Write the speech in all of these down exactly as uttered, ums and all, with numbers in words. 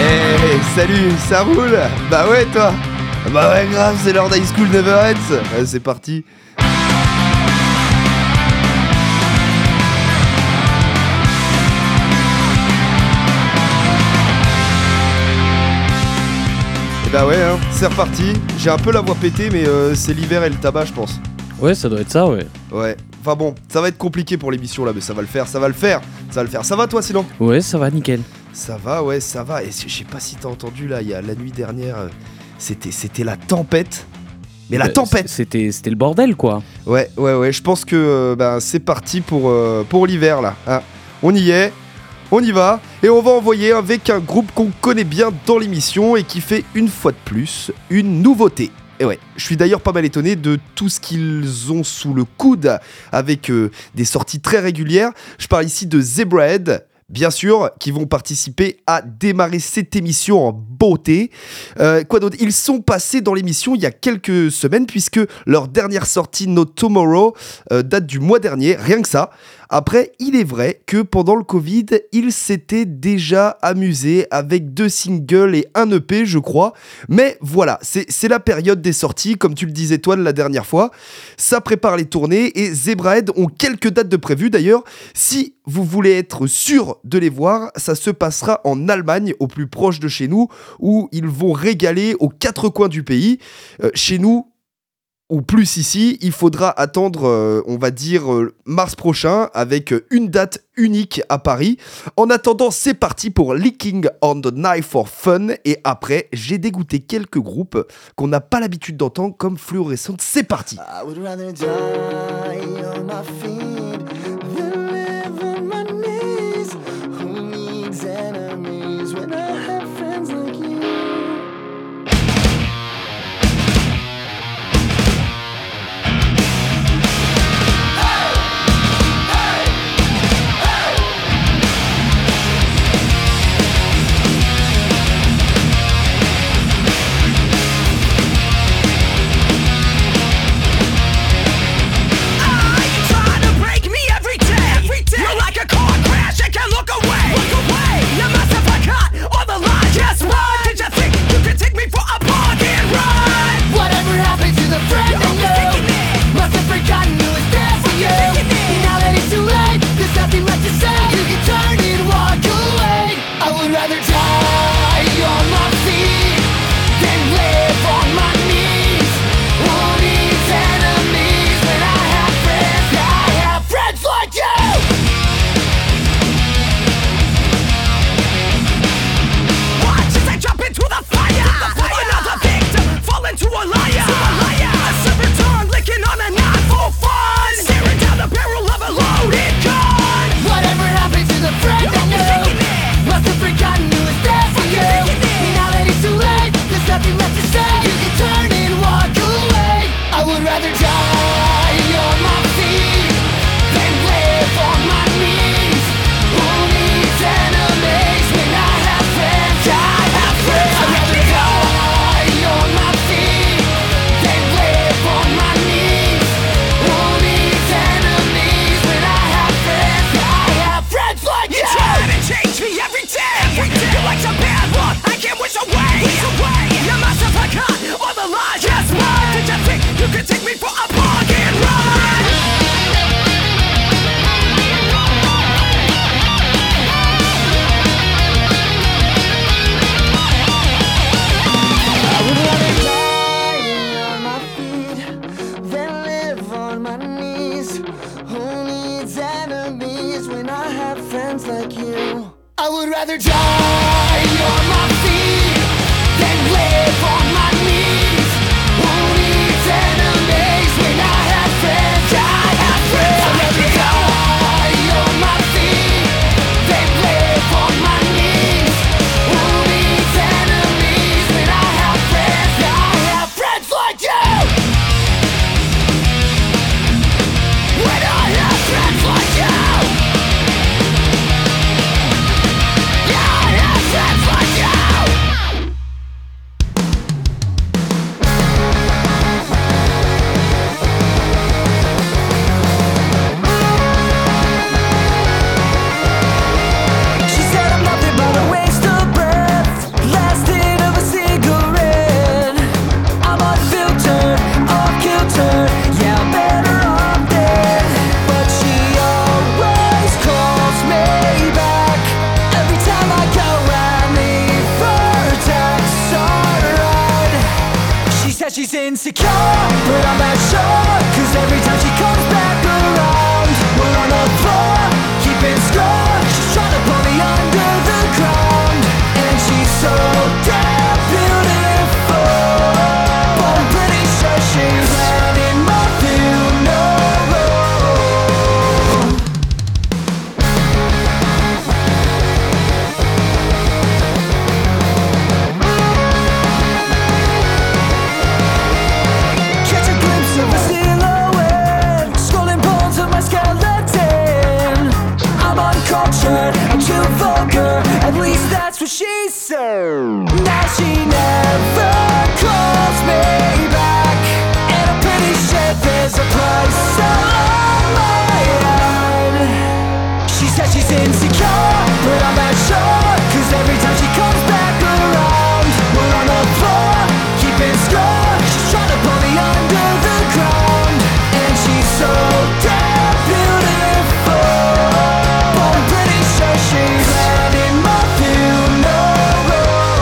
Hey, salut, ça roule? Bah ouais, toi? Bah ouais, grave, c'est l'heure d'High School Never Ends. Allez, c'est parti. Et bah ouais, hein, c'est reparti. J'ai un peu la voix pétée, mais euh, c'est l'hiver et le tabac, je pense. Ouais, ça doit être ça, ouais. Ouais. Enfin bon, ça va être compliqué pour l'émission là, mais ça va le faire, ça va le faire, ça va le faire. Ça va toi sinon? Ouais, ça va, nickel. Ça va, ouais, ça va. Et je sais pas si t'as entendu là, il y a la nuit dernière, euh, c'était, c'était la tempête. Mais la Euh, tempête. C'était, c'était le bordel, quoi. Ouais, ouais, ouais. Je pense que euh, ben, c'est parti pour, euh, pour l'hiver là. Hein. On y est, on y va. Et on va envoyer avec un groupe qu'on connaît bien dans l'émission et qui fait une fois de plus une nouveauté. Et ouais, je suis d'ailleurs pas mal étonné de tout ce qu'ils ont sous le coude avec euh, des sorties très régulières. Je parle ici de Zebrahead, bien sûr, qui vont participer à démarrer cette émission en beauté. Euh, quoi d'autre ? Ils sont passés dans l'émission il y a quelques semaines puisque leur dernière sortie No Tomorrow euh, date du mois dernier, rien que ça. Après, il est vrai que pendant le Covid, ils s'étaient déjà amusés avec deux singles et un E P, je crois. Mais voilà, c'est, c'est la période des sorties, comme tu le disais toi la dernière fois. Ça prépare les tournées et Zebrahead ont quelques dates de prévues d'ailleurs. Si vous voulez être sûr de les voir, ça se passera en Allemagne, au plus proche de chez nous, où ils vont régaler aux quatre coins du pays. Euh, chez nous, ou plus ici, il faudra attendre, euh, on va dire, euh, mars prochain, avec euh, une date unique à Paris. En attendant, c'est parti pour Licking on the Knife for Fun. Et après, j'ai dégoûté quelques groupes qu'on n'a pas l'habitude d'entendre, comme Fluorescent. C'est parti. I would rather die on my feet than live on my knees. Who needs enemies when I have friends like you? Yeah! insecure, but I'm not sure. Cause every time she comes back around, we're on the floor, keeping score. She's trying to pull me under the ground, and she's so damn beautiful. But I'm pretty sure she's landing my funeral. Catch a glimpse of a silhouette, scrolling bones of my skeleton. I'm uncultured, I'm too vulgar, at least that's what she said. Now she never calls me back, and I'm pretty sure there's a price on my head. She says she's insecure, but I'm not sure. Cause every time she comes back around, we're on the floor, keeping score. She's trying to pull me under the ground, and she's so damn beautiful. But I'm pretty sure she's landing my funeral.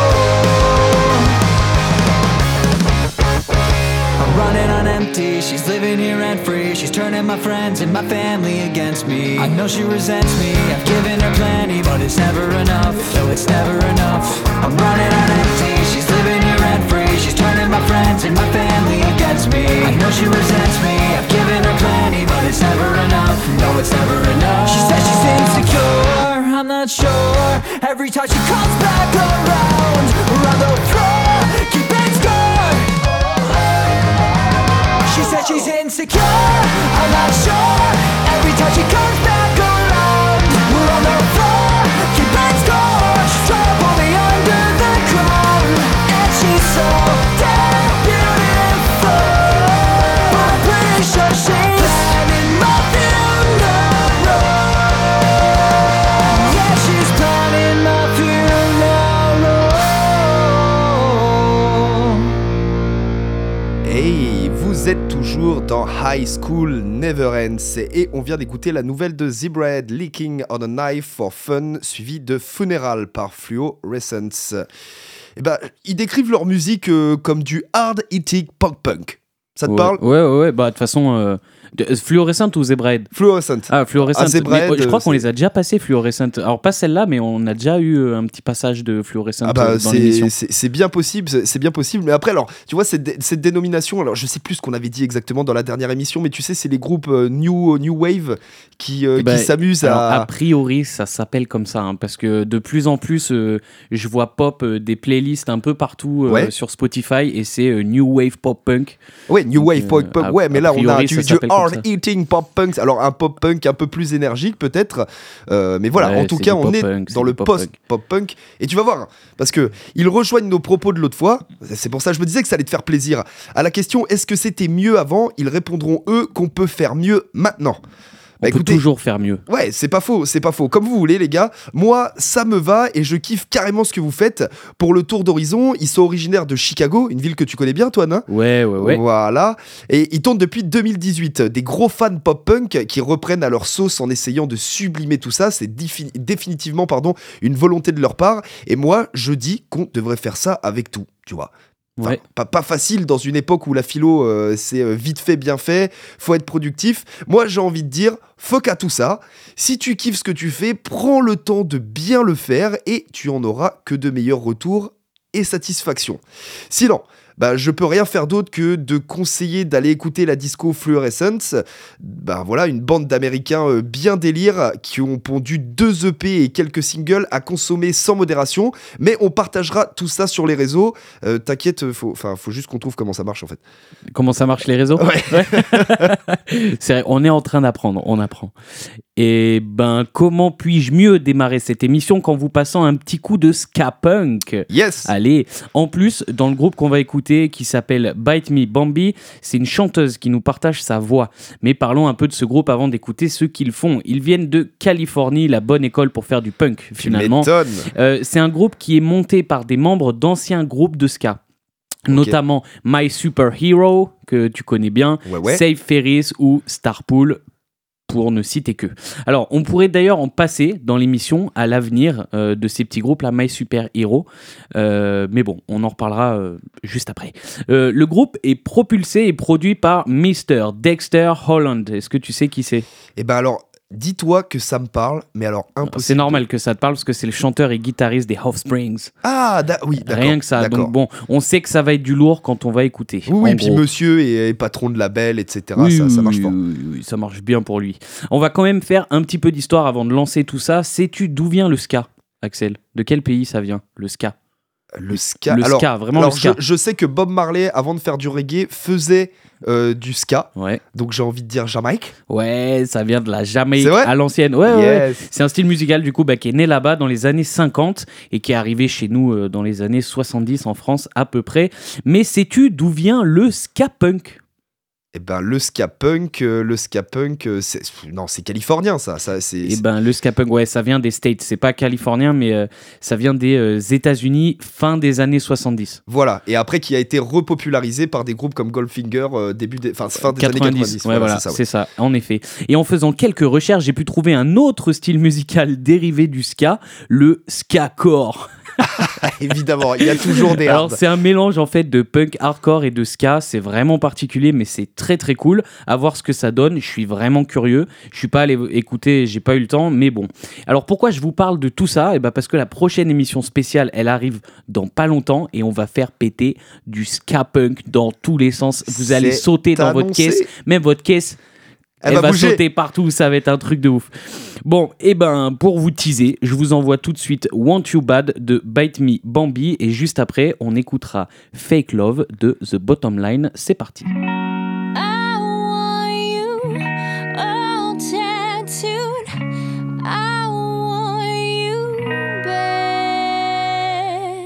I'm running on empty, she's living here rent free. She's turning my friends and my family against me. I know she resents me, I've given her plenty, but it's never enough, no it's never enough. I'm running on empty, she's living here rent free. She's turning my friends and my family against me. I know she resents me, I've given her plenty, but it's never enough, no it's never enough. She says she's insecure, I'm not sure. Every time she comes back around, we're on the floor, keeping score. She said she's insecure, I'm not sure. Every time she comes back around, we're on the floor, keeping score. She's trying to pull me under the ground, and she's so damn beautiful. But I'm pretty sure she's planning my funeral. Yeah, she's planning my funeral. Hey, vous êtes toujours dans High School Never Ends et on vient d'écouter la nouvelle de Zebrahead, Leaking on a Knife for Fun, suivie de Funeral par Fluorescence. Et ben, ils décrivent leur musique euh, comme du hard-hitting pop-punk. Ça te Ouais, parle? Ouais, ouais, ouais. Bah, de toute façon, euh, de- Fluorescent ou Zebrahead? Fluorescent. Ah, Fluorescent. Ah, Zebrahead, Mais, euh, je crois euh, qu'on c'est- les a déjà passés, Fluorescent. Alors, pas celle-là, mais on a déjà eu euh, un petit passage de Fluorescent Ah bah euh, dans l'émission. c'est, c'est, c'est bien possible, c'est, c'est bien possible. Mais après, alors, tu vois, cette, dé- cette dénomination, alors je sais plus ce qu'on avait dit exactement dans la dernière émission, mais tu sais, c'est les groupes euh, New, New Wave qui, euh, Eh ben, qui s'amusent Alors, à... a priori, ça s'appelle comme ça, hein, parce que de plus en plus, euh, je vois pop euh, des playlists un peu partout euh, Ouais. sur Spotify, et c'est euh, New Wave Pop Punk. Ouais, New Wave euh, pop punk, a- ouais, mais a là on a priori, du, ça du s'appelle comme ça. hard eating pop punk, alors un pop punk un peu plus énergique peut-être, euh, mais voilà, Ouais, en tout c'est cas du on est pop-punk, c'est dans du le pop-punk. post pop punk, et tu vas voir, parce que ils rejoignent nos propos de l'autre fois, c'est pour ça que je me disais que ça allait te faire plaisir. À la question est-ce que c'était mieux avant, ils répondront eux qu'on peut faire mieux maintenant. On Bah, peut écoutez, toujours faire mieux. ouais, c'est pas faux, c'est pas faux. Comme vous voulez, les gars. Moi, ça me va et je kiffe carrément ce que vous faites. Pour le tour d'horizon, ils sont originaires de Chicago, une ville que tu connais bien, toi, Nain. Ouais, ouais, ouais. Voilà. Et ils tournent depuis deux mille dix-huit. Des gros fans pop-punk qui reprennent à leur sauce en essayant de sublimer tout ça. C'est défi- définitivement pardon, une volonté de leur part. Et moi, je dis qu'on devrait faire ça avec tout, tu vois. Enfin, Ouais. pas, pas facile dans une époque où la philo, euh, c'est euh, vite fait, bien fait, faut être productif. Moi, j'ai envie de dire, fuck à tout ça. Si tu kiffes ce que tu fais, prends le temps de bien le faire et tu en auras que de meilleurs retours et satisfaction. Sinon, bah, je peux rien faire d'autre que de conseiller d'aller écouter la disco Fluorescence. Bah voilà, une bande d'Américains euh, bien délire qui ont pondu deux E P et quelques singles à consommer sans modération. Mais on partagera tout ça sur les réseaux. Euh, T'inquiète, faut, enfin, faut juste qu'on trouve comment ça marche en fait. Comment ça marche les réseaux? Ouais. C'est vrai, on est en train d'apprendre, on apprend. Et ben, comment puis-je mieux démarrer cette émission qu'en vous passant un petit coup de ska punk? Yes. Allez, en plus, dans le groupe qu'on va écouter, qui s'appelle Bite Me Bambi, c'est une chanteuse qui nous partage sa voix. Mais parlons un peu de ce groupe avant d'écouter ce qu'ils font. Ils viennent de Californie, la bonne école pour faire du punk, Tu finalement. m'étonnes. Euh, c'est un groupe qui est monté par des membres d'anciens groupes de ska. Notamment My Superhero, que tu connais bien, Ouais, ouais. Save Ferris ou Starpool. pour ne citer que. Alors, on pourrait d'ailleurs en passer dans l'émission à l'avenir euh, de ces petits groupes, là, My Super Hero. Euh, mais bon, on en reparlera euh, juste après. Euh, le groupe est propulsé et produit par mister Dexter Holland. Est-ce que tu sais qui c'est ? Et ben alors, dis-toi que ça me parle, mais alors impossible. C'est normal que ça te parle parce que c'est le chanteur et guitariste des Offsprings. Ah, da- oui, d'accord. Rien que ça. D'accord. Donc bon, on sait que ça va être du lourd quand on va écouter. Oui, oui, en puis gros. monsieur est, est patron de label, et cetera. Oui, ça, ça marche oui, fort. oui, oui, ça marche bien pour lui. On va quand même faire un petit peu d'histoire avant de lancer tout ça. Sais-tu d'où vient le ska, Axel ? De quel pays ça vient, le ska ? Le ska. Le alors, ska, vraiment alors le ska. Je, je sais que Bob Marley, avant de faire du reggae, faisait euh, du ska. Ouais. Donc j'ai envie de dire Jamaïque. Ouais, ça vient de la Jamaïque C'est vrai à l'ancienne. Ouais, ouais, ouais. Yes. C'est un style musical du coup bah, qui est né là-bas dans les années cinquante et qui est arrivé chez nous euh, dans les années soixante-dix en France à peu près. Mais sais-tu d'où vient le ska punk ? Eh ben le ska punk, euh, le ska punk, euh, c'est... non c'est californien ça, ça c'est. Eh ben le ska punk, ouais, ça vient des States. C'est pas californien, mais euh, ça vient des euh, États-Unis fin des années soixante-dix. Voilà, et après qui a été repopularisé par des groupes comme Goldfinger euh, début des... enfin, fin des années quatre-vingt-dix. Ouais, voilà, c'est ça, ouais. c'est ça, en effet. Et en faisant quelques recherches, j'ai pu trouver un autre style musical dérivé du ska, le skacore. Évidemment, il y a toujours des Alors hards. c'est un mélange en fait de punk hardcore et de ska, c'est vraiment particulier mais c'est très très cool. À voir ce que ça donne, je suis vraiment curieux. Je suis pas allé écouter, j'ai pas eu le temps, mais bon. Alors pourquoi je vous parle de tout ça ? Eh ben parce que la prochaine émission spéciale, elle arrive dans pas longtemps et on va faire péter du ska punk dans tous les sens. Vous allez C'est sauter dans votre annoncé. caisse, même votre caisse. Elle Elle va va bouger. sauter partout, ça va être un truc de ouf. Bon, et ben pour vous teaser, je vous envoie tout de suite Want You Bad de Bite Me Bambi et juste après, on écoutera Fake Love de The Bottom Line. C'est parti. I want you all tattooed. I want you bad.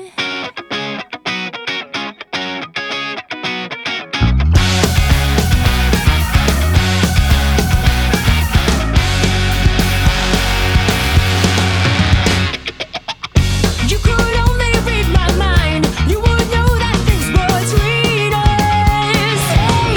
You could only read my mind. You would know that things between us. Hey,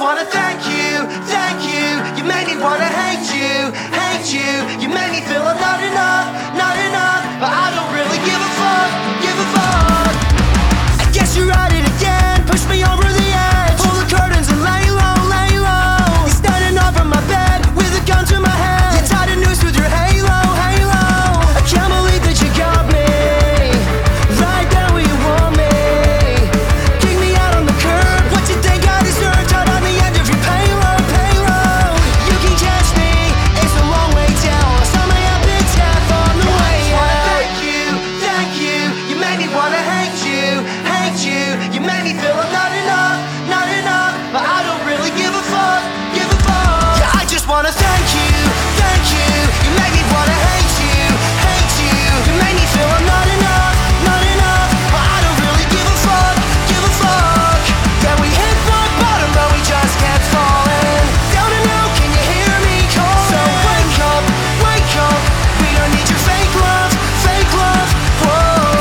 wanna thank you, thank you. You made me wanna hate you, hate you. You made me feel I'm not enough, not enough. But I don't really give a fuck, give a fuck. I guess you're at it again. Push me over the edge. Pull the curtains and lay low, lay low. You're standing up from my bed with a gun to my head. You tied a noose with your halo, halo. I can't believe that you got me right there where you want me. Kick me out on the curb. What you think I deserve? Tied on the end of your payload, payload. You can catch me. It's a long way down. Some of your big tap on the way out. Thank you, thank you. You made me wanna hate you, hate you. You made me feel I'm not enough, not enough. But I don't really give a fuck, give a fuck. Yeah, I just wanna thank you, thank you. You made me wanna hate you, hate you. You made me feel I'm not enough, not enough. But I don't really give a fuck, give a fuck. Yeah, we hit rock bottom, but we just kept falling. Down and out, can you hear me calling? So wake up, wake up. We don't need your fake love, fake love. Whoa.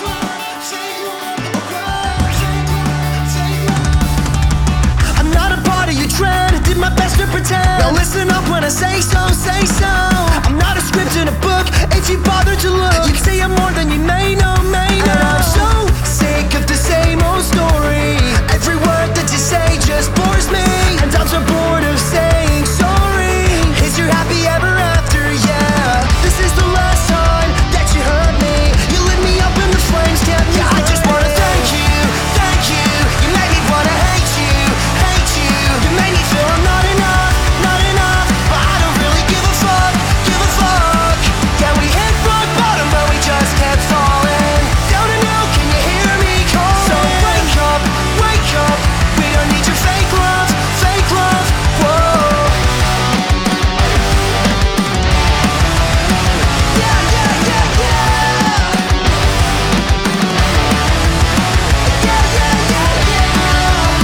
I'm not a part of your trend. I did my best to pretend. Now listen up when I say so, say so. I'm not a script in a book. If you bother to look, you'd say I'm more than you may know, may know. And I'm so sick of the same old story. Every word that you say just bores me. And I'm so bored of saying sorry. Is your happy ever after? Yeah. This is the last time that you hurt me. You lit me up in the flames, kept me. Yeah, I just wanna thank you, thank you. You made me wanna hate you, hate you. You made me feel I'm not enough, not enough. But I don't really give a fuck, give a fuck. Yeah, we hit rock bottom, but we just kept falling. Down and out, can you hear me calling? So wake up, wake up. We don't need your fake love, fake love. Whoa. Yeah, yeah, yeah, yeah. Yeah, yeah, yeah, yeah.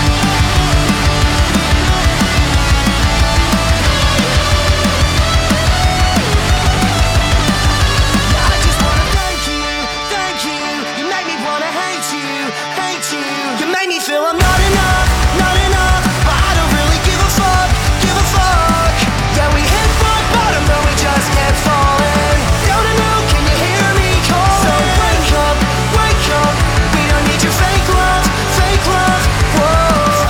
I just wanna thank you, thank you. You made me wanna hate you, hate you. You made me feel I'm not enough, not enough. But I don't really give a fuck, give a fuck. Yeah, we hit rock bottom, but we just kept falling. Down and out, can you hear me calling? So wake up, wake up. We don't need your fake love, fake love. Whoa.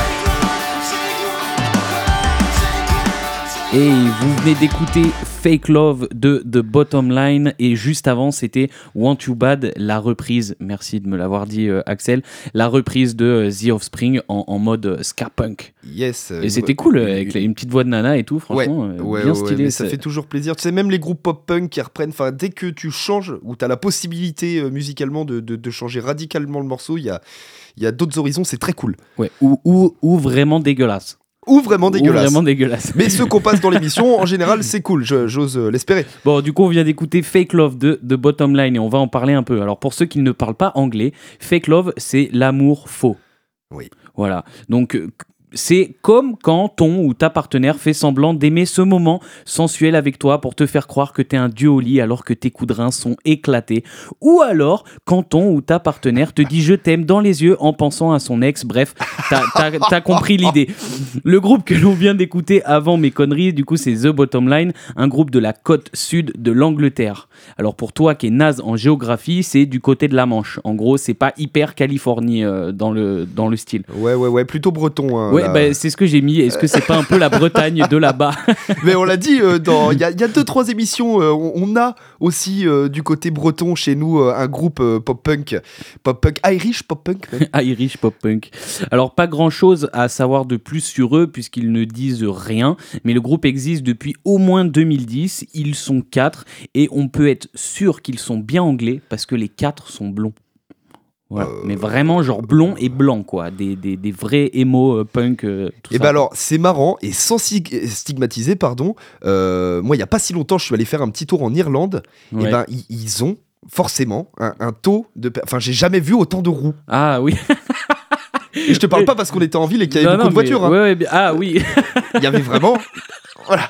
Et vous venez d'écouter Fake Love de The Bottom Line et juste avant c'était Want You Bad, la reprise, merci de me l'avoir dit euh, Axel, la reprise de euh, The Offspring en, en mode euh, ska punk. Yes. Et c'était cool euh, avec une petite voix de nana et tout, franchement, ouais, euh, ouais, bien ouais, stylé. mais ça fait toujours plaisir. Tu sais, même les groupes pop-punk qui reprennent, enfin, dès que tu changes, ou tu as la possibilité euh, musicalement de, de, de changer radicalement le morceau, il y a, y a d'autres horizons, c'est très cool. Ouais, ou, ou, ou vraiment dégueulasse. Ou vraiment dégueulasse. Ou vraiment dégueulasse. Mais ceux qu'on passe dans l'émission, en général, c'est cool, je- j'ose euh, l'espérer. Bon, du coup, on vient d'écouter Fake Love de The Bottom Line et on va en parler un peu. Alors, pour ceux qui ne parlent pas anglais, Fake Love, c'est l'amour faux. Oui. Voilà. Donc, euh, c'est comme quand ton ou ta partenaire fait semblant d'aimer ce moment sensuel avec toi pour te faire croire que t'es un dieu au lit alors que tes coups de rein sont éclatés. Ou alors quand ton ou ta partenaire te dit je t'aime dans les yeux en pensant à son ex. Bref, t'as, t'as, t'as compris l'idée. Le groupe que l'on vient d'écouter avant mes conneries, du coup, c'est The Bottom Line, un groupe de la côte sud de l'Angleterre. Alors pour toi qui es naze en géographie, c'est du côté de la Manche. En gros, c'est pas hyper Californie euh, dans, le, dans le style. Ouais, ouais, ouais, plutôt breton. Hein, Ouais, là. bah, c'est ce que j'ai mis. Est-ce que c'est pas un peu la Bretagne de là-bas? Mais on l'a dit, euh, dans- il y, a- il y a deux, trois émissions, euh, on, on a aussi euh, du côté breton chez nous euh, un groupe euh, pop-punk, pop-punk, Irish pop-punk même. Irish pop punk. Alors pas grand chose à savoir de plus sur eux puisqu'ils ne disent rien, mais le groupe existe depuis au moins deux mille dix, ils sont quatre et on peut être sûr qu'ils sont bien anglais parce que les quatre sont blonds. Voilà. Euh, Mais vraiment genre blond et blanc quoi, des, des, des vrais emo euh, punk euh, tout Et ça. ben alors, c'est marrant, et sans sig- stigmatiser, pardon, euh, moi il y a pas si longtemps, je suis allé faire un petit tour en Irlande, Ouais. et ben ils, ils ont forcément un, un taux de... per- Enfin, j'ai jamais vu autant de roues. Ah oui. Et je te parle pas parce qu'on était en ville et qu'il y avait Non, beaucoup non, de voitures, mais- hein. ouais, ouais, bien- ah oui. Il y avait vraiment... Voilà.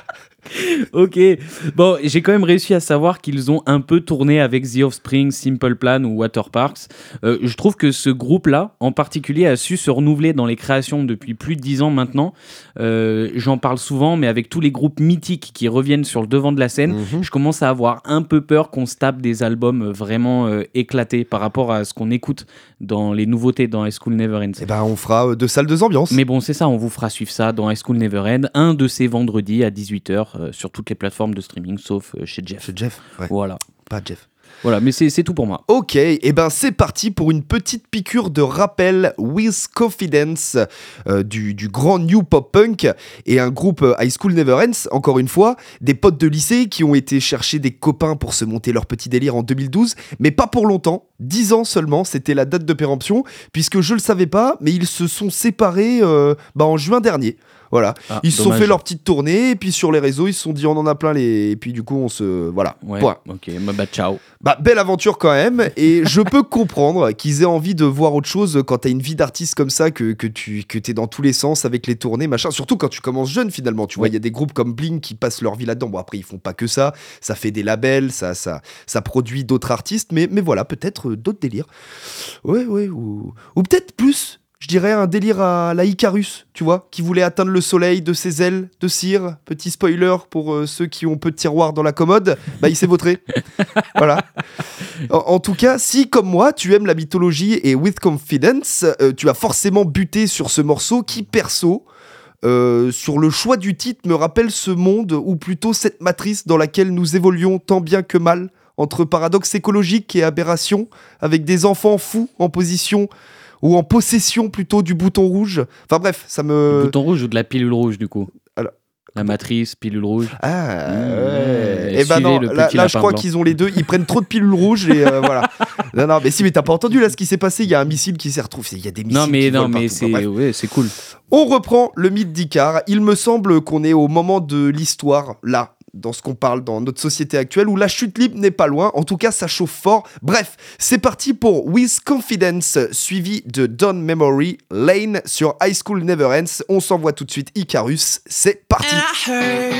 Ok, bon, j'ai quand même réussi à savoir qu'ils ont un peu tourné avec The Offspring, Simple Plan ou Water Parks. Euh, je trouve que ce groupe-là, en particulier, a su se renouveler dans les créations depuis plus de dix ans maintenant. Euh, j'en parle souvent, mais avec tous les groupes mythiques qui reviennent sur le devant de la scène, Mhm. je commence à avoir un peu peur qu'on se tape des albums vraiment euh, éclatés par rapport à ce qu'on écoute dans les nouveautés dans High School Never Ends. Eh ben, on fera euh, deux salles, deux ambiances. Mais bon, c'est ça, on vous fera suivre ça dans High School Never End, un de ces vendredis à dix-huit heures euh, sur toutes les plateformes de streaming, sauf euh, chez Jeff. C'est Jeff. Ouais. Voilà, Pas Jeff. voilà, mais c'est c'est tout pour moi. Ok, et ben c'est parti pour une petite piqûre de rappel With Confidence euh, du, du grand new pop punk et un groupe euh, High School Never Ends, encore une fois, des potes de lycée qui ont été chercher des copains pour se monter leur petit délire en deux mille douze, mais pas pour longtemps, dix ans seulement, c'était la date de péremption, puisque je le savais pas, mais ils se sont séparés euh, bah, en juin dernier. Voilà, Ah, ils se sont dommage. fait leur petite tournée, et puis sur les réseaux, ils se sont dit on en a plein les... Et puis du coup, on se... Voilà, Ouais, point. ok, bah, bah ciao. Bah, belle aventure quand même, et je peux comprendre qu'ils aient envie de voir autre chose quand t'as une vie d'artiste comme ça, que, que tu que t'es dans tous les sens avec les tournées, machin. Surtout quand tu commences jeune finalement, tu vois, il Ouais. y a des groupes comme Blink qui passent leur vie là-dedans. Bon, après, ils font pas que ça, ça fait des labels, ça, ça, ça produit d'autres artistes, mais, mais voilà, peut-être euh, d'autres délires. Ouais, ouais, ou, ou peut-être plus. Je dirais un délire à la Icarus, tu vois, qui voulait atteindre le soleil de ses ailes de cire. Petit spoiler pour euh, ceux qui ont peu de tiroirs dans la commode, bah il s'est vautré. Voilà. En, en tout cas, si comme moi, tu aimes la mythologie et With Confidence, euh, tu as forcément buté sur ce morceau qui, perso, euh, sur le choix du titre, me rappelle ce monde, ou plutôt cette matrice dans laquelle nous évoluons tant bien que mal, entre paradoxe écologique et aberration, avec des enfants fous en position... ou en possession plutôt du bouton rouge. Enfin bref, ça me... Bouton rouge ou de la pilule rouge du coup Alors- La matrice, pilule rouge. Ah Mmh, ouais. ouais. Et ben Suivez non, le là, petit là, je lapin crois blanc. qu'ils ont les deux. Ils prennent trop de pilules rouges et euh, voilà. Non, non, mais si, mais t'as pas entendu là ce qui s'est passé. Il y a un missile qui s'est retrouvé. Il y a des missiles Non mais qui non volent mais partout. c'est Enfin, bref. ouais, c'est cool. On reprend le mythe d'Icare. Il me semble qu'on est au moment de l'histoire, là, dans ce qu'on parle dans notre société actuelle, où la chute libre n'est pas loin. En tout cas, ça chauffe fort. Bref, c'est parti pour With Confidence, suivi de Dawn Memory Lane sur High School Never Ends. On s'envoie tout de suite Icarus. C'est parti. And I heard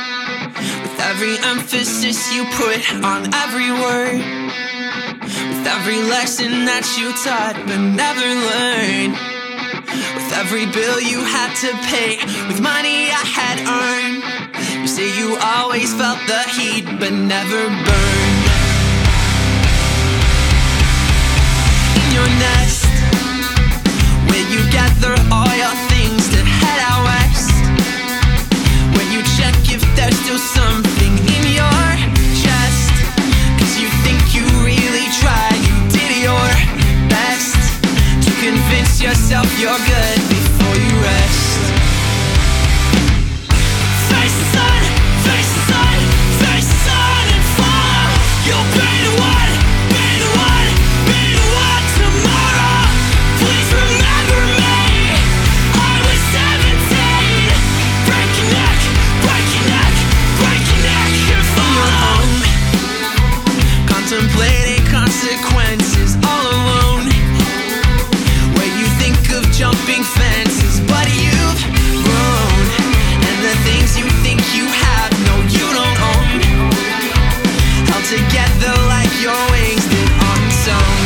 with every emphasis you put on every word, with every lesson that you taught but never learned, with every bill you had to pay, with money I had earned. You say you always felt the heat but never burned. In your nest, where you gather all your things to head out west, when you check if there's still something in your chest, cause you think you really tried, you did your best to convince yourself you're good before you rest. Face the sun, face the sun, face the sun and fall. You'll be the one, be the one, be the one tomorrow. Please remember me, I was seventeen. Break your neck, break your neck, break your neck and fall. Contemplating consequences all alone, where you think of jumping fences, but you've grown, and the things you think you have, no you don't own, held together like your wings did on its own.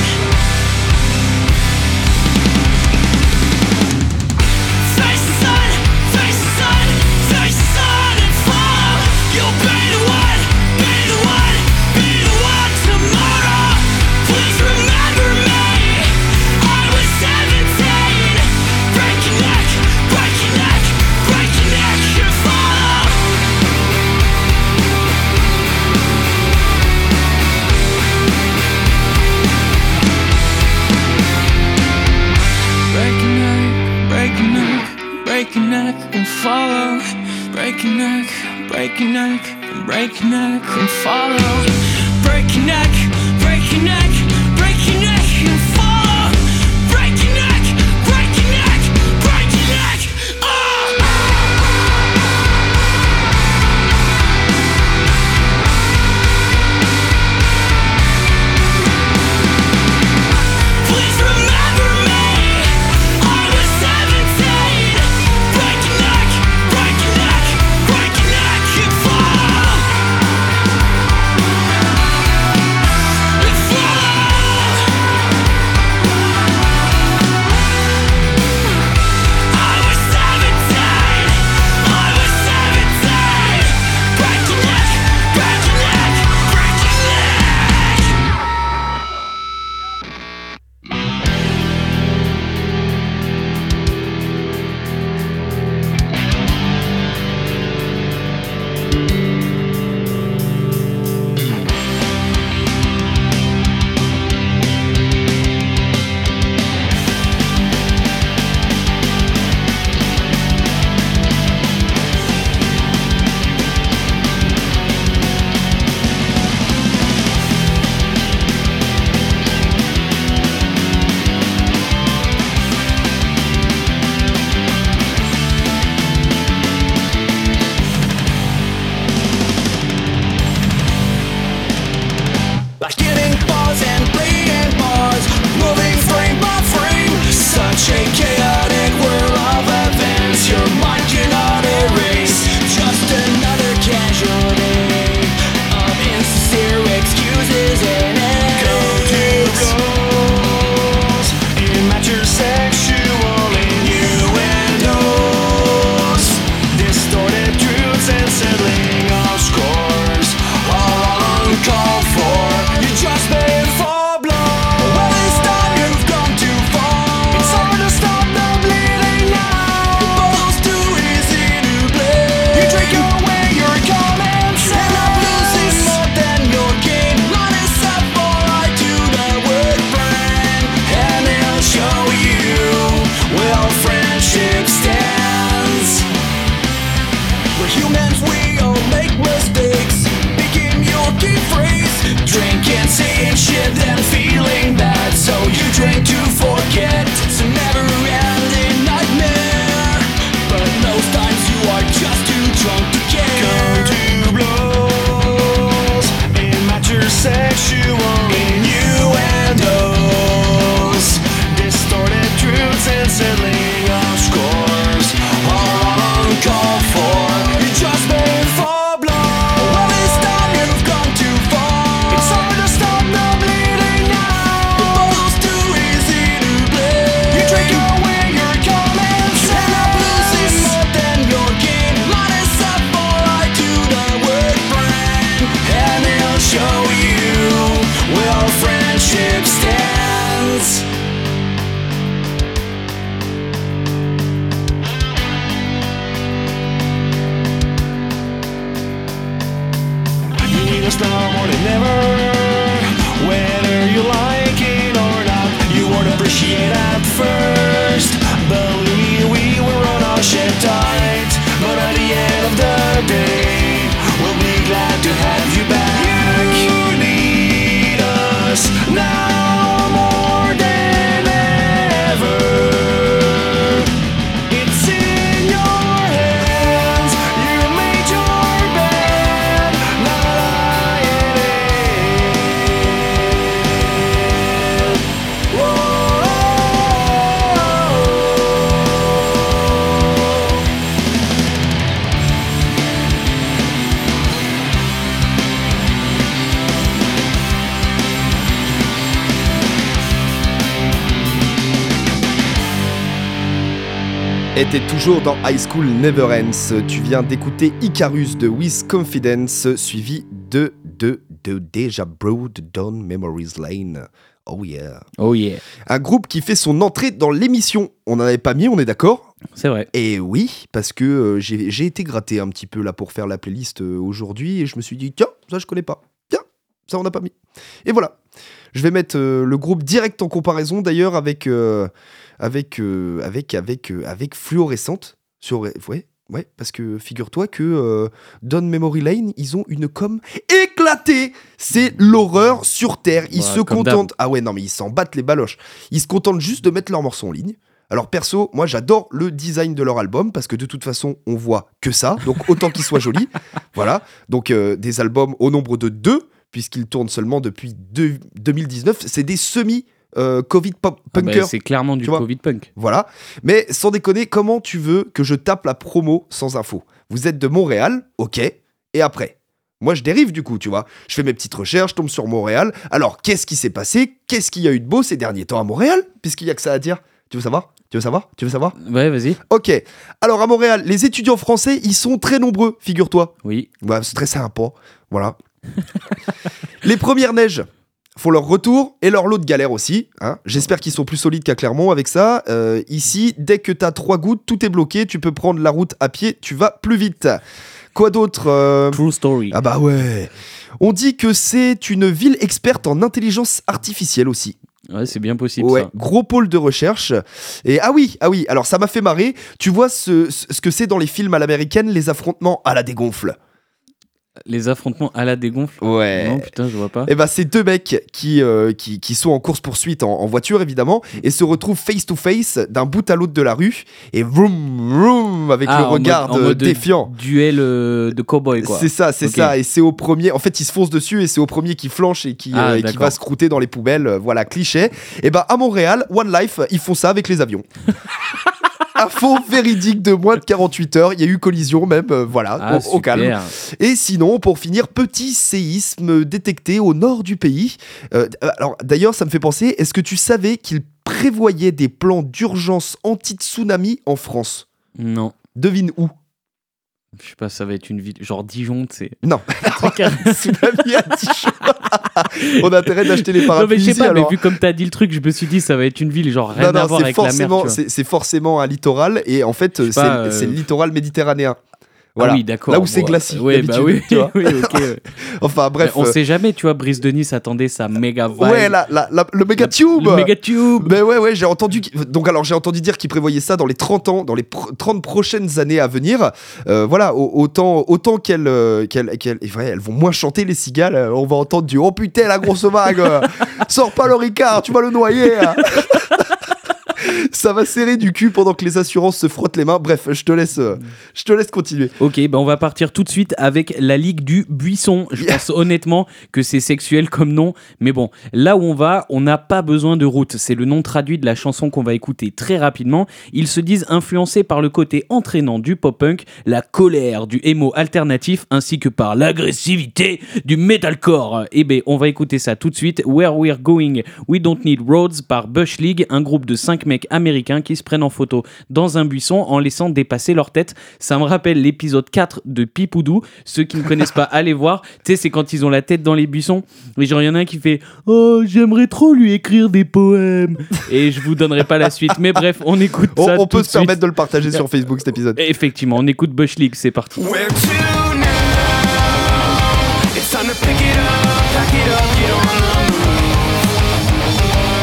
Face the sun, face the sun, face the sun and fall. You'll be the one, be the one, be the one tomorrow. Please remember me, I was seventeen. Break your neck, break your neck, break your neck and fall. Break your neck, break your neck, break your neck and follow. Break your neck, break your neck, break your neck and follow. Break your neck, break your neck, break your neck and follow. Break your neck, break your neck, break your neck. Oh! Please remember me, I was seventeen. Break your neck, break your neck, break your neck and fall. ship stands. You just now more than ever, whether you like it or not, you won't appreciate at first. Believe me, we were on our ship tight, but at the end of the day, we'll be glad to have you back. You need us now more than ever. It's in your hands. You made your bed, not lying in. Whoa. Et t'es toujours dans High School Never Ends. Tu viens d'écouter Icarus de With Confidence, suivi de, de, de Deja Broad Down Memories Lane. Oh yeah. Oh yeah. Un groupe qui fait son entrée dans l'émission. On n'en avait pas mis, on est d'accord ? C'est vrai. Et oui, parce que euh, j'ai, j'ai été gratté un petit peu là pour faire la playlist euh, aujourd'hui et je me suis dit, tiens, ça je connais pas. Tiens, ça on n'a pas mis. Et voilà. Je vais mettre euh, le groupe direct en comparaison d'ailleurs avec... Euh, avec, euh, avec, avec, euh, avec Fluorescente. Sur, ouais, ouais, parce que figure-toi que euh, Down Memory Lane, ils ont une com éclatée. C'est l'horreur sur Terre. Ils Ouais, se comme contentent... Ah ouais, non, mais ils s'en battent les baloches. Ils se contentent juste de mettre leurs morceaux en ligne. Alors perso, moi j'adore le design de leur album parce que de toute façon, on voit que ça. Donc autant qu'ils soient jolis. Voilà. Donc euh, des albums au nombre de deux, puisqu'ils tournent seulement depuis deux, deux mille dix-neuf. C'est des semi... Euh, Covid pop- Ah bah, punker, c'est clairement du tu vois. Covid punk. voilà. Mais sans déconner, comment tu veux que je tape la promo sans info ? Vous êtes de Montréal, ok. Et après ? Moi, je dérive du coup, tu vois. Je fais mes petites recherches, je tombe sur Montréal. Alors, qu'est-ce qui s'est passé ? Qu'est-ce qu'il y a eu de beau ces derniers temps à Montréal ? Puisqu'il y a que ça à dire. Tu veux savoir ? Tu veux savoir ? Tu veux savoir ? Ouais, vas-y. Ok. Alors, à Montréal, les étudiants français, ils sont très nombreux, figure-toi. Oui. Ouais, c'est très sympa. Voilà. Les premières neiges font leur retour et leur lot de galère aussi. Hein. J'espère qu'ils sont plus solides qu'à Clermont avec ça. Euh, ici, dès que t'as trois gouttes, tout est bloqué. Tu peux prendre la route à pied, tu vas plus vite. Quoi d'autre euh... True story. Ah bah ouais. On dit que c'est une ville experte en intelligence artificielle aussi. Ouais, c'est bien possible Ouais, ça. gros pôle de recherche. Et ah oui, ah oui. Alors ça m'a fait marrer. Tu vois ce, ce ce que c'est dans les films à l'américaine, les affrontements à la dégonfle. Les affrontements à la dégonfle. Ouais. Non, putain, je vois pas. Et bah c'est deux mecs qui, euh, qui, qui sont en course-poursuite en, en voiture évidemment et se retrouvent face-to-face d'un bout à l'autre de la rue et vroom vroom avec Ah, le en regard mode- en euh, mode défiant. Duel euh, de cowboy, quoi. C'est ça, c'est Ok. ça. Et c'est au premier. En fait, ils se foncent dessus et c'est au premier qui flanche et qui, Ah, euh, et qui d'accord. va se croûter dans les poubelles. euh, Voilà, cliché. Et bah à Montréal, One Life, ils font ça avec les avions. Info véridique de moins de quarante-huit heures. Il y a eu collision même, euh, voilà, Ah, au, au calme. super. Et sinon, pour finir, petit séisme détecté au nord du pays. Euh, alors, d'ailleurs, ça me fait penser, est-ce que tu savais qu'ils prévoyaient des plans d'urgence anti-tsunami en France ? Non. Devine où ? Je sais pas, ça va être une ville. Genre Dijon, tu sais. Non, Truc à- tsunami à Dijon. On a intérêt d'acheter les Non, parapluies mais je sais ici, pas, mais alors. vu comme t'as dit le truc, je me suis dit, ça va être une ville, genre rien Non, à non, voir c'est avec la mer. forcément, tu vois. c'est, c'est forcément un littoral et en fait, c'est, sais pas, euh, c'est le littoral méditerranéen. Voilà. Ah oui, d'accord. Là où c'est Bon, glacis, ouais, bah d'habitude, oui, tu vois. oui, ok. ouais. Enfin bref. on euh, sait jamais, tu vois, Brice de Nice attendait sa méga vibe. ouais, la, la, la- le méga tube. Le méga tube. Ben ouais, ouais, j'ai entendu. qu'- Donc, alors, j'ai entendu dire qu'ils prévoyaient ça dans les trente ans, dans les pr- trente prochaines années à venir. Euh, voilà, au- autant, autant qu'elles, euh, qu'elles, qu'elles- et ouais, elles vont moins chanter les cigales. euh, On va entendre du oh putain, la grosse vague. euh, Sors pas le Ricard, tu vas le noyer. hein. Ça va serrer du cul pendant que les assurances se frottent les mains. Bref, je te laisse, euh, je te laisse continuer. Ok, ben on va partir tout de suite avec la Ligue du Buisson. Je pense honnêtement que c'est sexuel comme nom, mais bon, là où on va, on n'a pas besoin de route. C'est le nom traduit de la chanson qu'on va écouter très rapidement. Ils se disent influencés par le côté entraînant du pop-punk, la colère du emo alternatif, ainsi que par l'agressivité du metalcore. Et ben, on va écouter ça tout de suite. Where We're Going, We Don't Need Roads par Bush League, un groupe de cinq mecs mecs américains qui se prennent en photo dans un buisson en laissant dépasser leur tête. Ça me rappelle l'épisode quatre de Pipoudou. Ceux qui ne connaissent pas, allez voir. Tu sais, c'est quand ils ont la tête dans les buissons. Mais genre, il y en a un qui fait « Oh, j'aimerais trop lui écrire des poèmes. » Et je vous donnerai pas la suite. Mais bref, on écoute On, ça on tout peut de se permettre suite. de le partager sur Facebook cet épisode. Et effectivement, on écoute Bush League, c'est parti. Where to now? It's time to pick it up, pack it up, get on the move.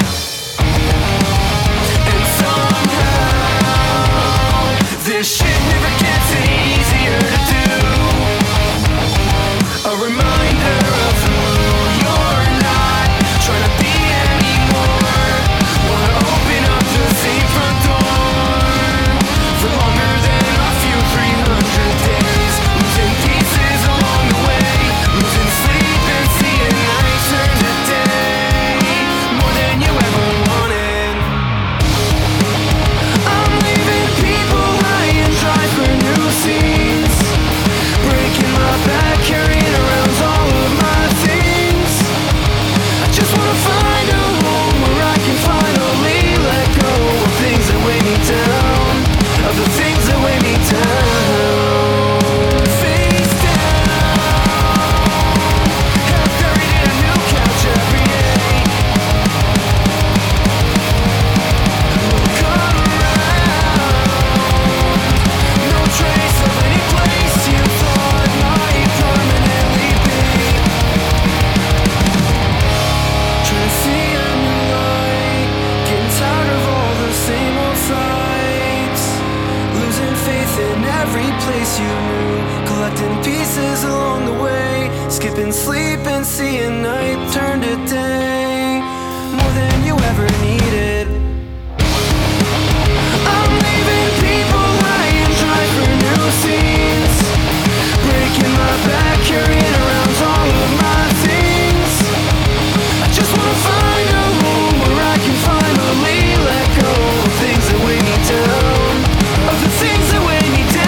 And somehow this shit never gets any easier to do. A reminder of who you're not, trying to be anymore. Wanna open up the same front door for longer than a few three hundred days. Losing pieces along the way, losing sleep and seeing nights turn to day. More than you ever wanted. I'm leaving people high and dry for new scenes. Breaking my back, carrying around all of my things. I just wanna find a home where I can finally let go of things that weigh me down, of the things that weigh me down. Face down, half buried in a new couch every day. Look around, no trace of any place you thought might permanently be. Trying to see a new light, getting tired of all the same old sights. Losing faith in every place you knew, collecting pieces along the way. Skipping sleep and seeing night turn to day. More than you ever needed. I'm leaving people high and dry for new scenes. Breaking my back, carrying around all of my things. I just wanna find a home where I can finally let go of things that weigh me down, of the things that weigh me down.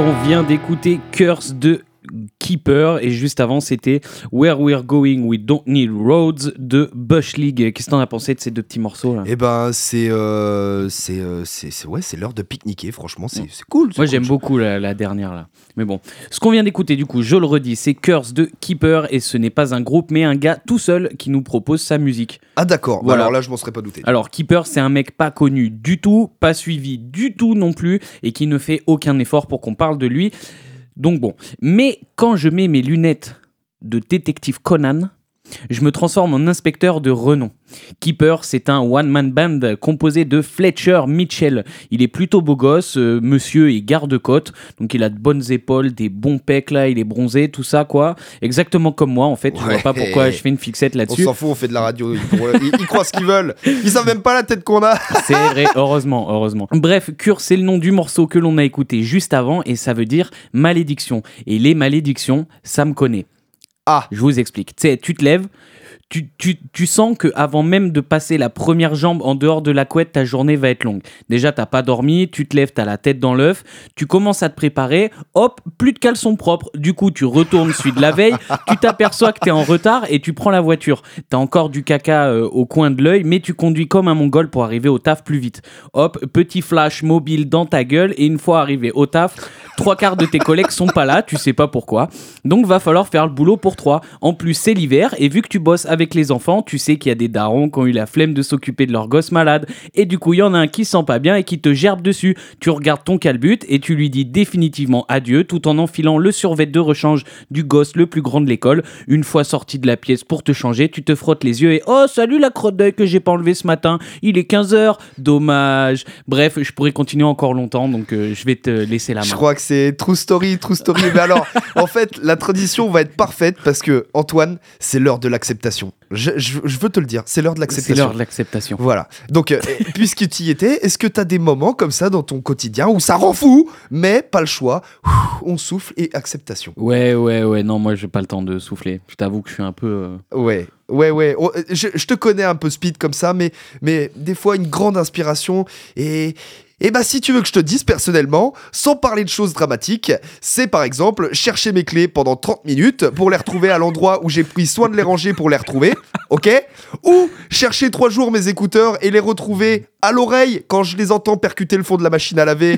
on vient d'écouter Curse de Keeper et juste avant c'était Where We're Going We Don't Need Roads de Bush League. Qu'est-ce que t'en as pensé de ces deux petits morceaux là? Eh ben c'est euh, c'est, euh, c'est c'est ouais c'est l'heure de pique-niquer, franchement c'est, c'est cool. C'est Moi cool. j'aime beaucoup la, la dernière là. Mais bon, ce qu'on vient d'écouter du coup, je le redis, c'est Curse de Keeper et ce n'est pas un groupe mais un gars tout seul qui nous propose sa musique. Ah d'accord, Voilà. alors là je m'en serais pas douté. Alors Keeper c'est un mec pas connu du tout, pas suivi du tout non plus et qui ne fait aucun effort pour qu'on parle de lui. Donc bon, mais quand je mets mes lunettes de détective Conan, je me transforme en inspecteur de renom. Keeper, c'est un one-man band composé de Fletcher Mitchell. Il est plutôt beau gosse, euh, monsieur et garde-côte, donc il a de bonnes épaules, des bons pecs là, il est bronzé, tout ça quoi. Exactement comme moi en fait, je Ouais. vois pas pourquoi je fais une fixette On là-dessus. s'en fout, on fait de la radio, ils, pourraient- ils- ils croient ce qu'ils veulent. Ils savent même pas la tête qu'on a. C'est vrai, heureusement, heureusement. Bref, Cure, c'est le nom du morceau que l'on a écouté juste avant et ça veut dire malédiction. Et les malédictions, ça me connaît. Ah, Je vous explique. Tu sais, tu te lèves, tu, tu, tu sens qu'avant même de passer la première jambe en dehors de la couette, ta journée va être longue. Déjà, t'as pas dormi, tu te lèves, t'as la tête dans l'œuf, tu commences à te préparer, hop, plus de caleçon propre. Du coup, tu retournes celui de la veille, tu t'aperçois que t'es en retard et tu prends la voiture. T'as encore du caca euh, au coin de l'œil, mais tu conduis comme un mongol pour arriver au taf plus vite. Hop, petit flash mobile dans ta gueule et une fois arrivé au taf, trois quarts de tes collègues sont pas là, tu sais pas pourquoi. Donc va falloir faire le boulot pour trois. En plus, c'est l'hiver et vu que tu bosses avec les enfants, tu sais qu'il y a des darons qui ont eu la flemme de s'occuper de leurs gosses malades et du coup, il y en a un qui se sent pas bien et qui te gerbe dessus. Tu regardes ton calbut et tu lui dis définitivement adieu tout en enfilant le survêt de rechange du gosse le plus grand de l'école. Une fois sorti de la pièce pour te changer, tu te frottes les yeux et oh, salut la crotte d'œil que j'ai pas enlevé ce matin. Il est quinze heures. Dommage. Bref, je pourrais continuer encore longtemps donc euh, je vais te laisser la main. je crois que c'est true story, true story. Mais alors, en fait, la tradition va être parfaite parce que, Antoine, c'est l'heure de l'acceptation. Je, je, je veux te le dire, c'est l'heure de C'est l'acceptation. l'heure de l'acceptation. Voilà. Donc, euh, puisque tu y étais, est-ce que tu as des moments comme ça dans ton quotidien où ça rend fou, mais pas le choix, Ouh, on souffle et acceptation. Ouais, ouais, ouais, non, moi j'ai pas le temps de souffler. Je t'avoue que je suis un peu. euh, Ouais, ouais, ouais. Oh, je, je te connais un peu speed comme ça, mais, mais des fois une grande inspiration. Et, et bah, si tu veux que je te dise personnellement, sans parler de choses dramatiques, c'est par exemple chercher mes clés pendant trente minutes pour les retrouver à l'endroit où j'ai pris soin de les ranger pour les retrouver, ok? Ou chercher trois jours mes écouteurs et les retrouver à l'oreille quand je les entends percuter le fond de la machine à laver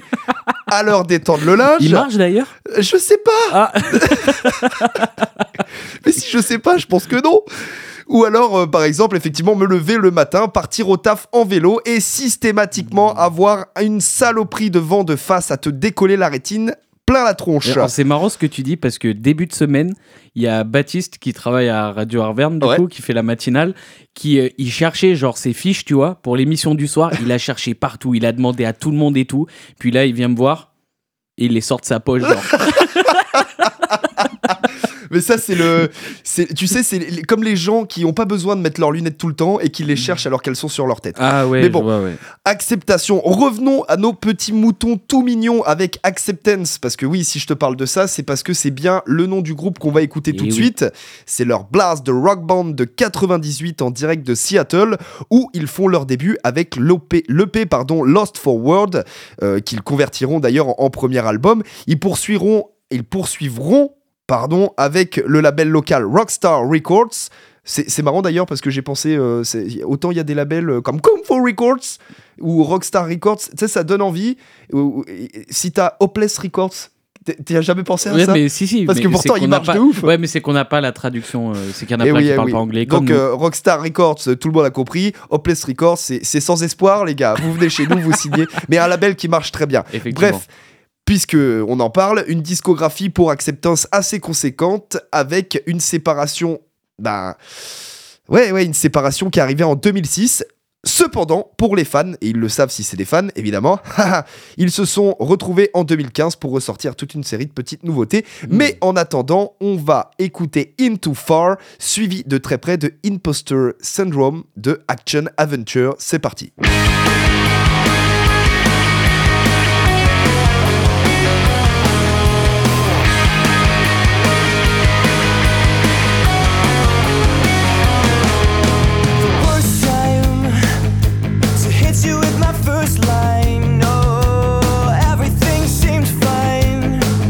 à l'heure d'étendre le linge. Il marche d'ailleurs. Je sais pas. Ah, Mais si je sais pas, je pense que non. Ou alors, euh, par exemple, effectivement, me lever le matin, partir au taf en vélo et systématiquement avoir une saloperie de vent de face à te décoller la rétine plein la tronche. alors, c'est marrant ce que tu dis parce que début de semaine, il y a Baptiste qui travaille à Radio Arverne, du Ouais. coup, qui fait la matinale, qui euh, il cherchait genre ses fiches, tu vois, pour l'émission du soir. Il a cherché partout, il a demandé à tout le monde et tout. Puis là, il vient me voir et il les sort de sa poche, genre. Mais ça, c'est le. c'est- Tu sais, c'est les- comme les gens qui n'ont pas besoin de mettre leurs lunettes tout le temps et qui les cherchent alors qu'elles sont sur leur tête. Ah ouais, Mais je bon. vois, ouais. Acceptation. Revenons à nos petits moutons tout mignons avec Acceptance. Parce que oui, si je te parle de ça, c'est parce que c'est bien le nom du groupe qu'on va écouter Et tout de oui. suite. C'est leur blast de rock band de quatre-vingt-dix-huit en direct de Seattle, où ils font leur début avec l'E P, l'E P pardon, Lost for World, euh, qu'ils convertiront d'ailleurs en, en premier album. Ils poursuivront, ils poursuivront pardon, avec le label local Rockstar Records. C'est, c'est marrant d'ailleurs parce que j'ai pensé, euh, c'est, autant il y a des labels euh, comme Kung Fu Records ou Rockstar Records, tu sais, ça donne envie. Ou- ou- et- si t'as Hopeless Records, t'es- t'y as jamais pensé à Ouais, ça? mais si, si. Parce mais que c'est pourtant, qu'on il n'a marche pas- de ouf. Ouais, mais c'est qu'on n'a pas la traduction. euh, c'est qu'il y en a Eh plein oui, qui eh parlent oui. pas anglais. Comme Donc nous. euh, Rockstar Records, euh, tout le monde a compris. Hopeless Records, c'est, c'est sans espoir, les gars. Vous venez chez nous, vous signez. Mais un label qui marche très bien. Effectivement. Bref, puisque on en parle, une discographie pour Acceptance assez conséquente avec une séparation, bah, ouais, ouais, une séparation qui est arrivée en deux mille six. Cependant, pour les fans, et ils le savent si c'est des fans, évidemment, ils se sont retrouvés en deux mille quinze pour ressortir toute une série de petites nouveautés. Mais en attendant, on va écouter Into Far, suivi de très près de Imposter Syndrome de Action Adventure. C'est parti. Worst time to hit you with my first line. No, everything seemed fine.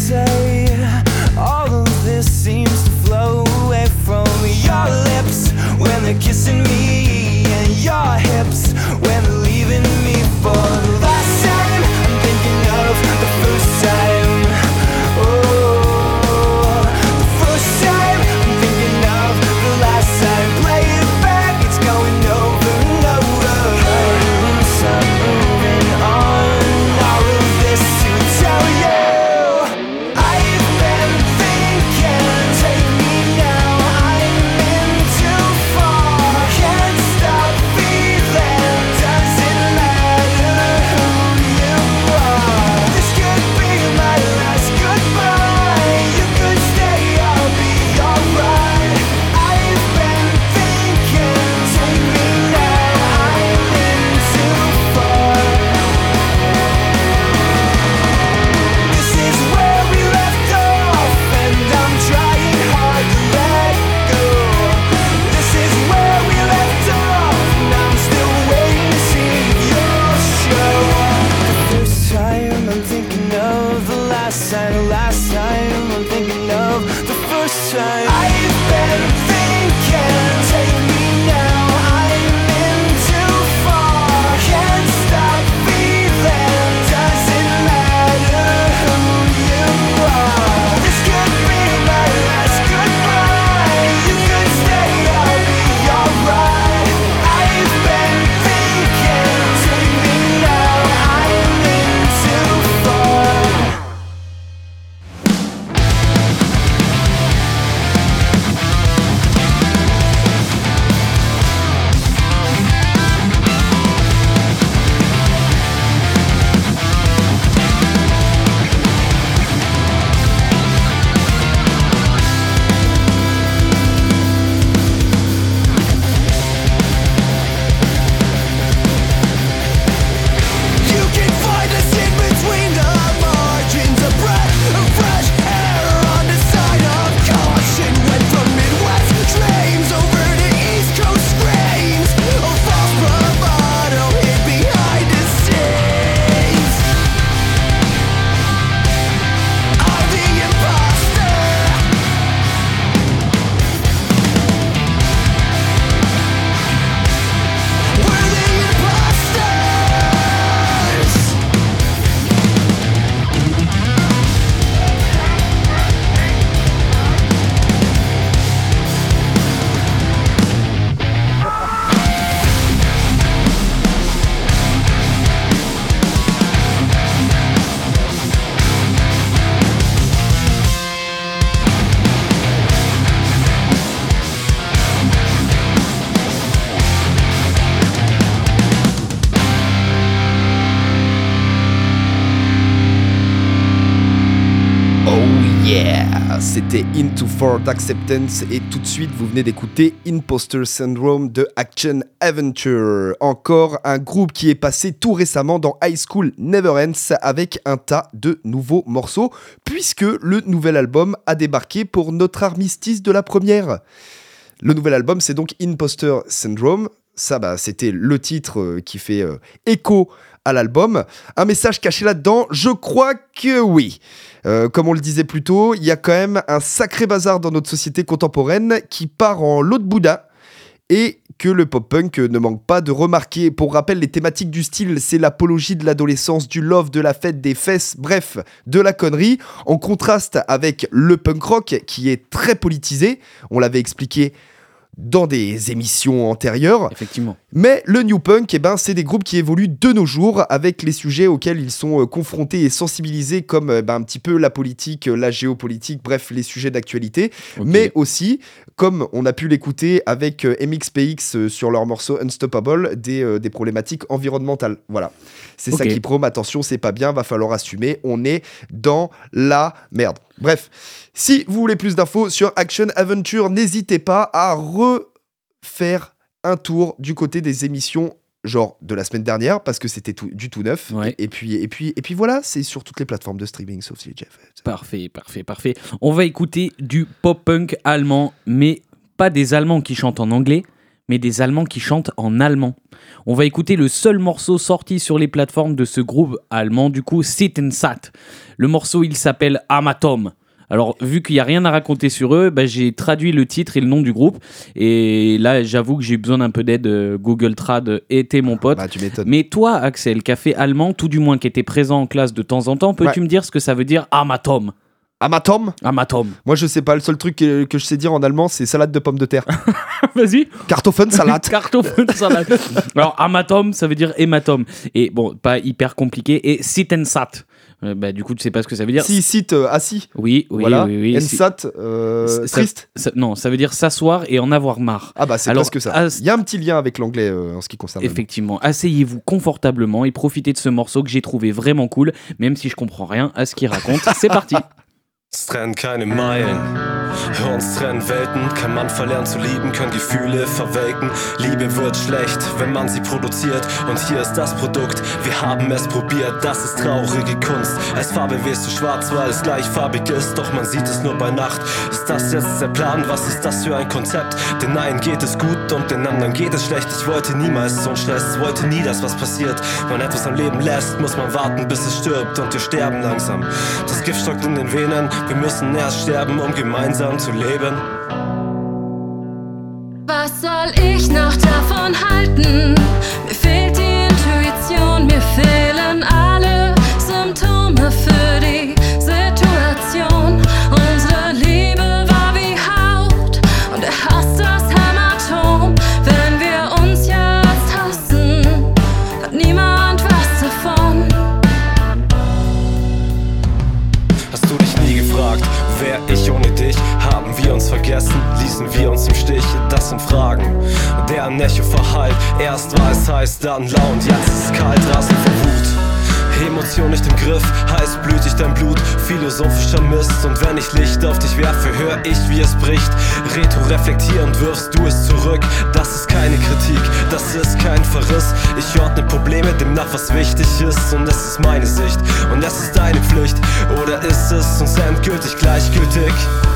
say all of this seems to flow away from your lips when they're kissing me, and your hips when they're leaving me for the last time. I'm thinking of the first time. Oh, the first time. I'm thinking of the last time. Play it back, it's going over and over. So I'm moving on. All of this to tell you, I've been thinking. Take me now, I'm in too far. Can't stop feeling. Doesn't matter who you are. This could be my last goodbye. You could stay, I'll be alright. I've been thinking. Take me now, I'm in too far. This is where we left off, and I'm trying hard to let go. This is where we left off, and I'm still waiting to see your show. The first time I'm thinking of the last time, the last time I'm thinking of the first time. I've been thinking, take me now, I'm in too far. Can't stop feeling, doesn't matter who you are. This could be my last goodbye. You could stay, I'll be alright. I've been thinking, take me now, I'm in too far. You can find us in between the margins, a breath of fresh air on the side of caution. Went from Midwest dreams over to East Coast screams. A false bravado hid behind the scenes. I'm the imposter. We're the imposters. Oh yeah, c'était Into For d'Acceptance et tout de suite vous venez d'écouter Imposter Syndrome de Action Adventure. Encore un groupe qui est passé tout récemment dans High School Never Ends avec un tas de nouveaux morceaux puisque le nouvel album a débarqué pour notre armistice de la première. Le nouvel album c'est donc Imposter Syndrome. Ça bah c'était le titre euh, qui fait euh, écho à l'album. Un message caché là-dedans, je crois que oui. Euh, comme on le disait plus tôt, il y a quand même un sacré bazar dans notre société contemporaine qui part en lot de boudin et que le pop-punk ne manque pas de remarquer. Pour rappel, les thématiques du style, c'est l'apologie de l'adolescence, du love, de la fête, des fesses, bref, de la connerie, en contraste avec le punk rock qui est très politisé, on l'avait expliqué dans des émissions antérieures. Effectivement. Mais le new punk, eh ben, c'est des groupes qui évoluent de nos jours avec les sujets auxquels ils sont euh, confrontés et sensibilisés, comme euh, ben, un petit peu la politique, euh, la géopolitique, bref, les sujets d'actualité. Okay. Mais aussi, comme on a pu l'écouter avec euh, M X P X euh, sur leur morceau Unstoppable, des, euh, des problématiques environnementales. Voilà. C'est Okay. ça qui prône, attention, c'est pas bien, va falloir assumer, on est dans la merde. Bref, si vous voulez plus d'infos sur Action Adventure, n'hésitez pas à refaire un tour du côté des émissions genre de la semaine dernière parce que c'était tout, du tout neuf. Ouais. Et, et, puis, et, puis, et puis voilà, c'est sur toutes les plateformes de streaming sauf si Jeff. Parfait, parfait, parfait. On va écouter du pop-punk allemand, mais pas des Allemands qui chantent en anglais, mais des Allemands qui chantent en allemand. On va écouter le seul morceau sorti sur les plateformes de ce groupe allemand, du coup, Sit and Sat. Le morceau, il s'appelle Amatom. Alors, vu qu'il n'y a rien à raconter sur eux, bah, j'ai traduit le titre et le nom du groupe. Et là, j'avoue que j'ai eu besoin d'un peu d'aide. euh, Google Trad était mon pote. Bah, tu m'étonnes. Mais toi, Axel, qui a fait allemand, tout du moins qui était présent en classe de temps en temps, peux-tu Ouais. me dire ce que ça veut dire Amatom? Amatom. Amatom. Moi, je sais pas. Le seul truc que, que je sais dire en allemand, c'est salade de pommes de terre. Vas-y. Kartoffelsalat. Kartoffelsalat. Alors, Amatom, ça veut dire hématome. Et bon, pas hyper compliqué. Et Sit and Sat. Euh, bah, du coup, tu sais pas ce que ça veut dire. Si, sit, euh, assis. Oui, oui, voilà. oui. oui. C'est- Ensat, euh, ça- triste. ça- non, ça veut dire s'asseoir et en avoir marre. Ah bah c'est Alors, presque ça. as- Il y a un petit lien avec l'anglais euh, en ce qui concerne. l'allemand. Effectivement, asseyez-vous confortablement et profitez de ce morceau que j'ai trouvé vraiment cool, même si je comprends rien à ce qu'il raconte. C'est parti. Es trennen keine Meilen, uns trennen Welten. Kann man verlernen zu lieben, können Gefühle verwelken. Liebe wird schlecht, wenn man sie produziert. Und hier ist das Produkt, wir haben es probiert. Das ist traurige Kunst. Als Farbe wählst du schwarz, weil es gleichfarbig ist. Doch man sieht es nur bei Nacht. Ist das jetzt der Plan? Was ist das für ein Konzept? Den einen geht es gut und den anderen geht es schlecht. Ich wollte niemals so einen Stress, wollte nie, dass was passiert. Wenn etwas am Leben lässt, muss man warten, bis es stirbt. Und wir sterben langsam. Das Gift stockt in den Venen. Wir müssen erst sterben, um gemeinsam zu leben. Was soll ich noch davon halten? Mir fehlt die Intuition, mir fehlen alle Symptome für die Situation. Unsere Liebe war wie Haut und der Hass das Hämatom. Wenn wir uns jetzt hassen, hat niemand was davon. Hast du dich nie gefragt, wer ich ohne dich? Haben wir uns vergessen, ließen wir uns im Stich? Das sind Fragen, deren Echo verhallt. Erst war es heiß, dann lau und jetzt ist es kalt, rasend vor Wut. Emotion nicht im Griff, heiß blutig dein Blut, philosophischer Mist. Und wenn ich Licht auf dich werfe, hör ich, wie es bricht. Retro-reflektierend wirfst du es zurück. Das ist keine Kritik, das ist kein Verriss. Ich ordne Probleme dem nach, was wichtig ist. Und das ist meine Sicht, und das ist deine Pflicht. Oder ist es uns endgültig gleichgültig?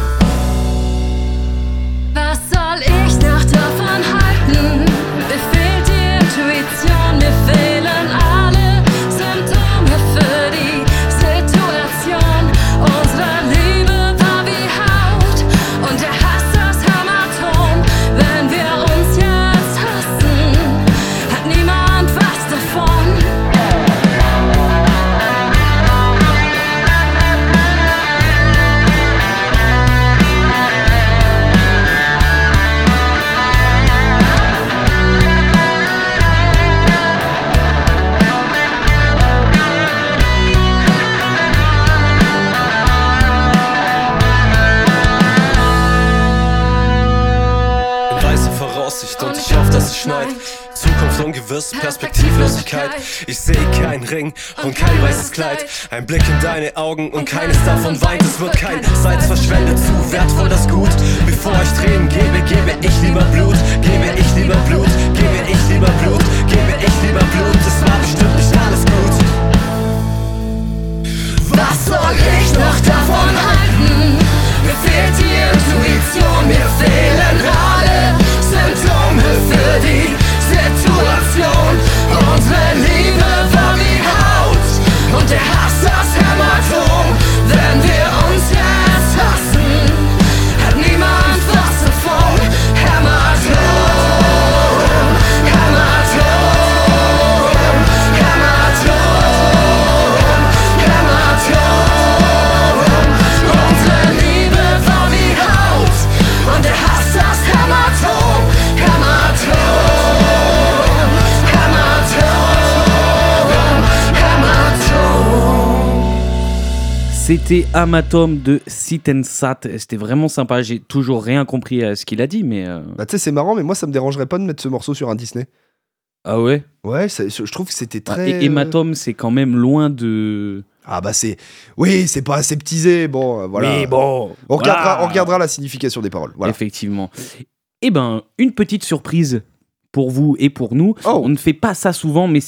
Was soll ich noch davon halten? Mir fehlt die Intuition, mir fehlen alle Symptome für die Situation. Unsere Liebe war wie Haut und der Hass das Hämatom. Wenn wir uns jetzt hassen, hat niemand was davon. Weiße Voraussicht und ich hoffe, dass es schneit. Zukunft ungewiss, Perspektivlosigkeit. Ich sehe keinen Ring und kein weißes Kleid. Ein Blick in deine Augen und keines davon weint. Es wird kein Salz verschwendet, zu wertvoll das Gut. Bevor ich Tränen gebe, gebe ich lieber Blut. Gebe ich lieber Blut, gebe ich lieber Blut. Gebe ich lieber Blut, es war bestimmt nicht alles gut. Was soll ich noch davon halten? Mir fehlt die Intuition, mir fehlen alle Symptome für die Situation. Unsere Liebe war wie Haut und der Hass das Hämatom. Wenn wir uns jetzt hassen, hat niemand was davon. Hämatom, Hämatom, Hämatom, Hämatom. Unsere Liebe war wie Haut und der Hass das Hämatom. Hämatom, C'était Amatom de Sit and Sat. C'était vraiment sympa. J'ai toujours rien compris à ce qu'il a dit, mais. euh, Bah tu sais, c'est marrant, mais moi ça me dérangerait pas de mettre ce morceau sur un Disney. Ah ouais. Ouais, ça- je trouve que c'était Ah, très. Et hématome, c'est quand même loin de. Ah bah c'est. Oui, c'est pas aseptisé. Bon, euh, voilà. Oui, bon. On regardera, voilà. on regardera la signification des paroles. Voilà. Effectivement. Eh ben, une petite surprise pour vous et pour nous. Oh. On ne fait pas ça souvent, mais c'est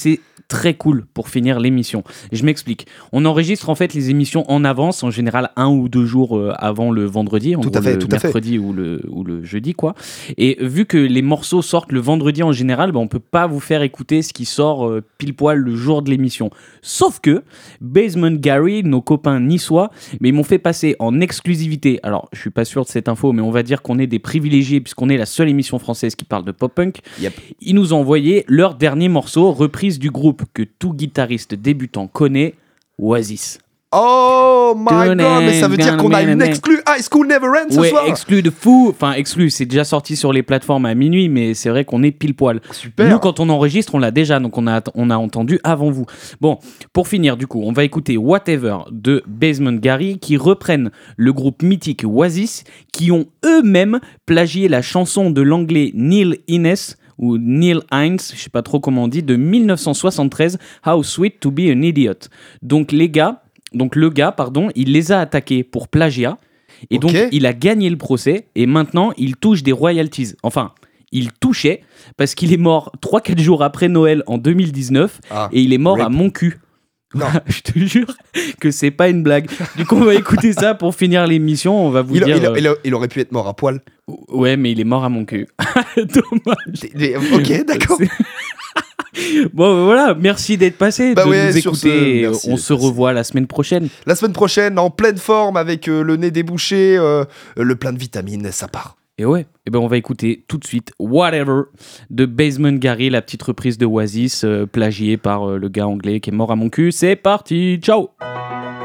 très cool pour finir l'émission. Je m'explique. On enregistre en fait les émissions en avance, en général un ou deux jours euh, avant le vendredi, en Tout gros à fait, le tout à fait. mercredi ou le, ou le jeudi, quoi. Et vu que les morceaux sortent le vendredi en général, bah, on peut pas vous faire écouter ce qui sort euh, pile poil le jour de l'émission. Sauf que Basement Gary, nos copains niçois, mais ils m'ont fait passer en exclusivité. Alors, je suis pas sûr de cette info, mais on va dire qu'on est des privilégiés puisqu'on est la seule émission française qui parle de pop-punk. Yep. Ils nous ont envoyé leur dernier morceau, reprise du groupe que tout guitariste débutant connaît, Oasis. Oh my god, mais ça veut dire qu'on a une exclue High School Never Ends ce Ouais, soir. exclu de fou. Enfin, exclu, c'est déjà sorti sur les plateformes à minuit, mais c'est vrai qu'on est pile poil. Super. Nous, quand on enregistre, on l'a déjà, donc on a, on a entendu avant vous. Bon, pour finir, du coup, on va écouter Whatever de Basement Gary, qui reprennent le groupe mythique Oasis, qui ont eux-mêmes plagié la chanson de l'anglais Neil Innes, ou Neil Hines, je sais pas trop comment on dit, de dix-neuf cent soixante-treize, How Sweet to Be an Idiot. Donc les gars, donc le gars, pardon, il les a attaqués pour plagiat, et donc Ok. il a gagné le procès, et maintenant il touche des royalties. Enfin, il touchait, parce qu'il est mort trois quatre jours après Noël en deux mille dix-neuf, Ah, et il est mort rip. à mon cul. Non. Je te jure que c'est pas une blague. Du coup, on va écouter ça pour finir l'émission. On va vous Il, dire. il- euh, il- il aurait pu être mort à poil. Ouais, mais il est mort à mon cul. Dommage. Des- des- Ok, d'accord. C'est- Bon, voilà. Merci d'être passé, Bah de ouais, nous sur écouter. ce, et merci on d'être se passé. revoit la semaine prochaine. La semaine prochaine, en pleine forme, avec euh, le nez débouché, euh, le plein de vitamines, ça part. Et ouais, et ben on va écouter tout de suite Whatever de Basement Gary, la petite reprise de Oasis, euh, plagiée par euh, le gars anglais qui est mort à mon cul. C'est parti, ciao.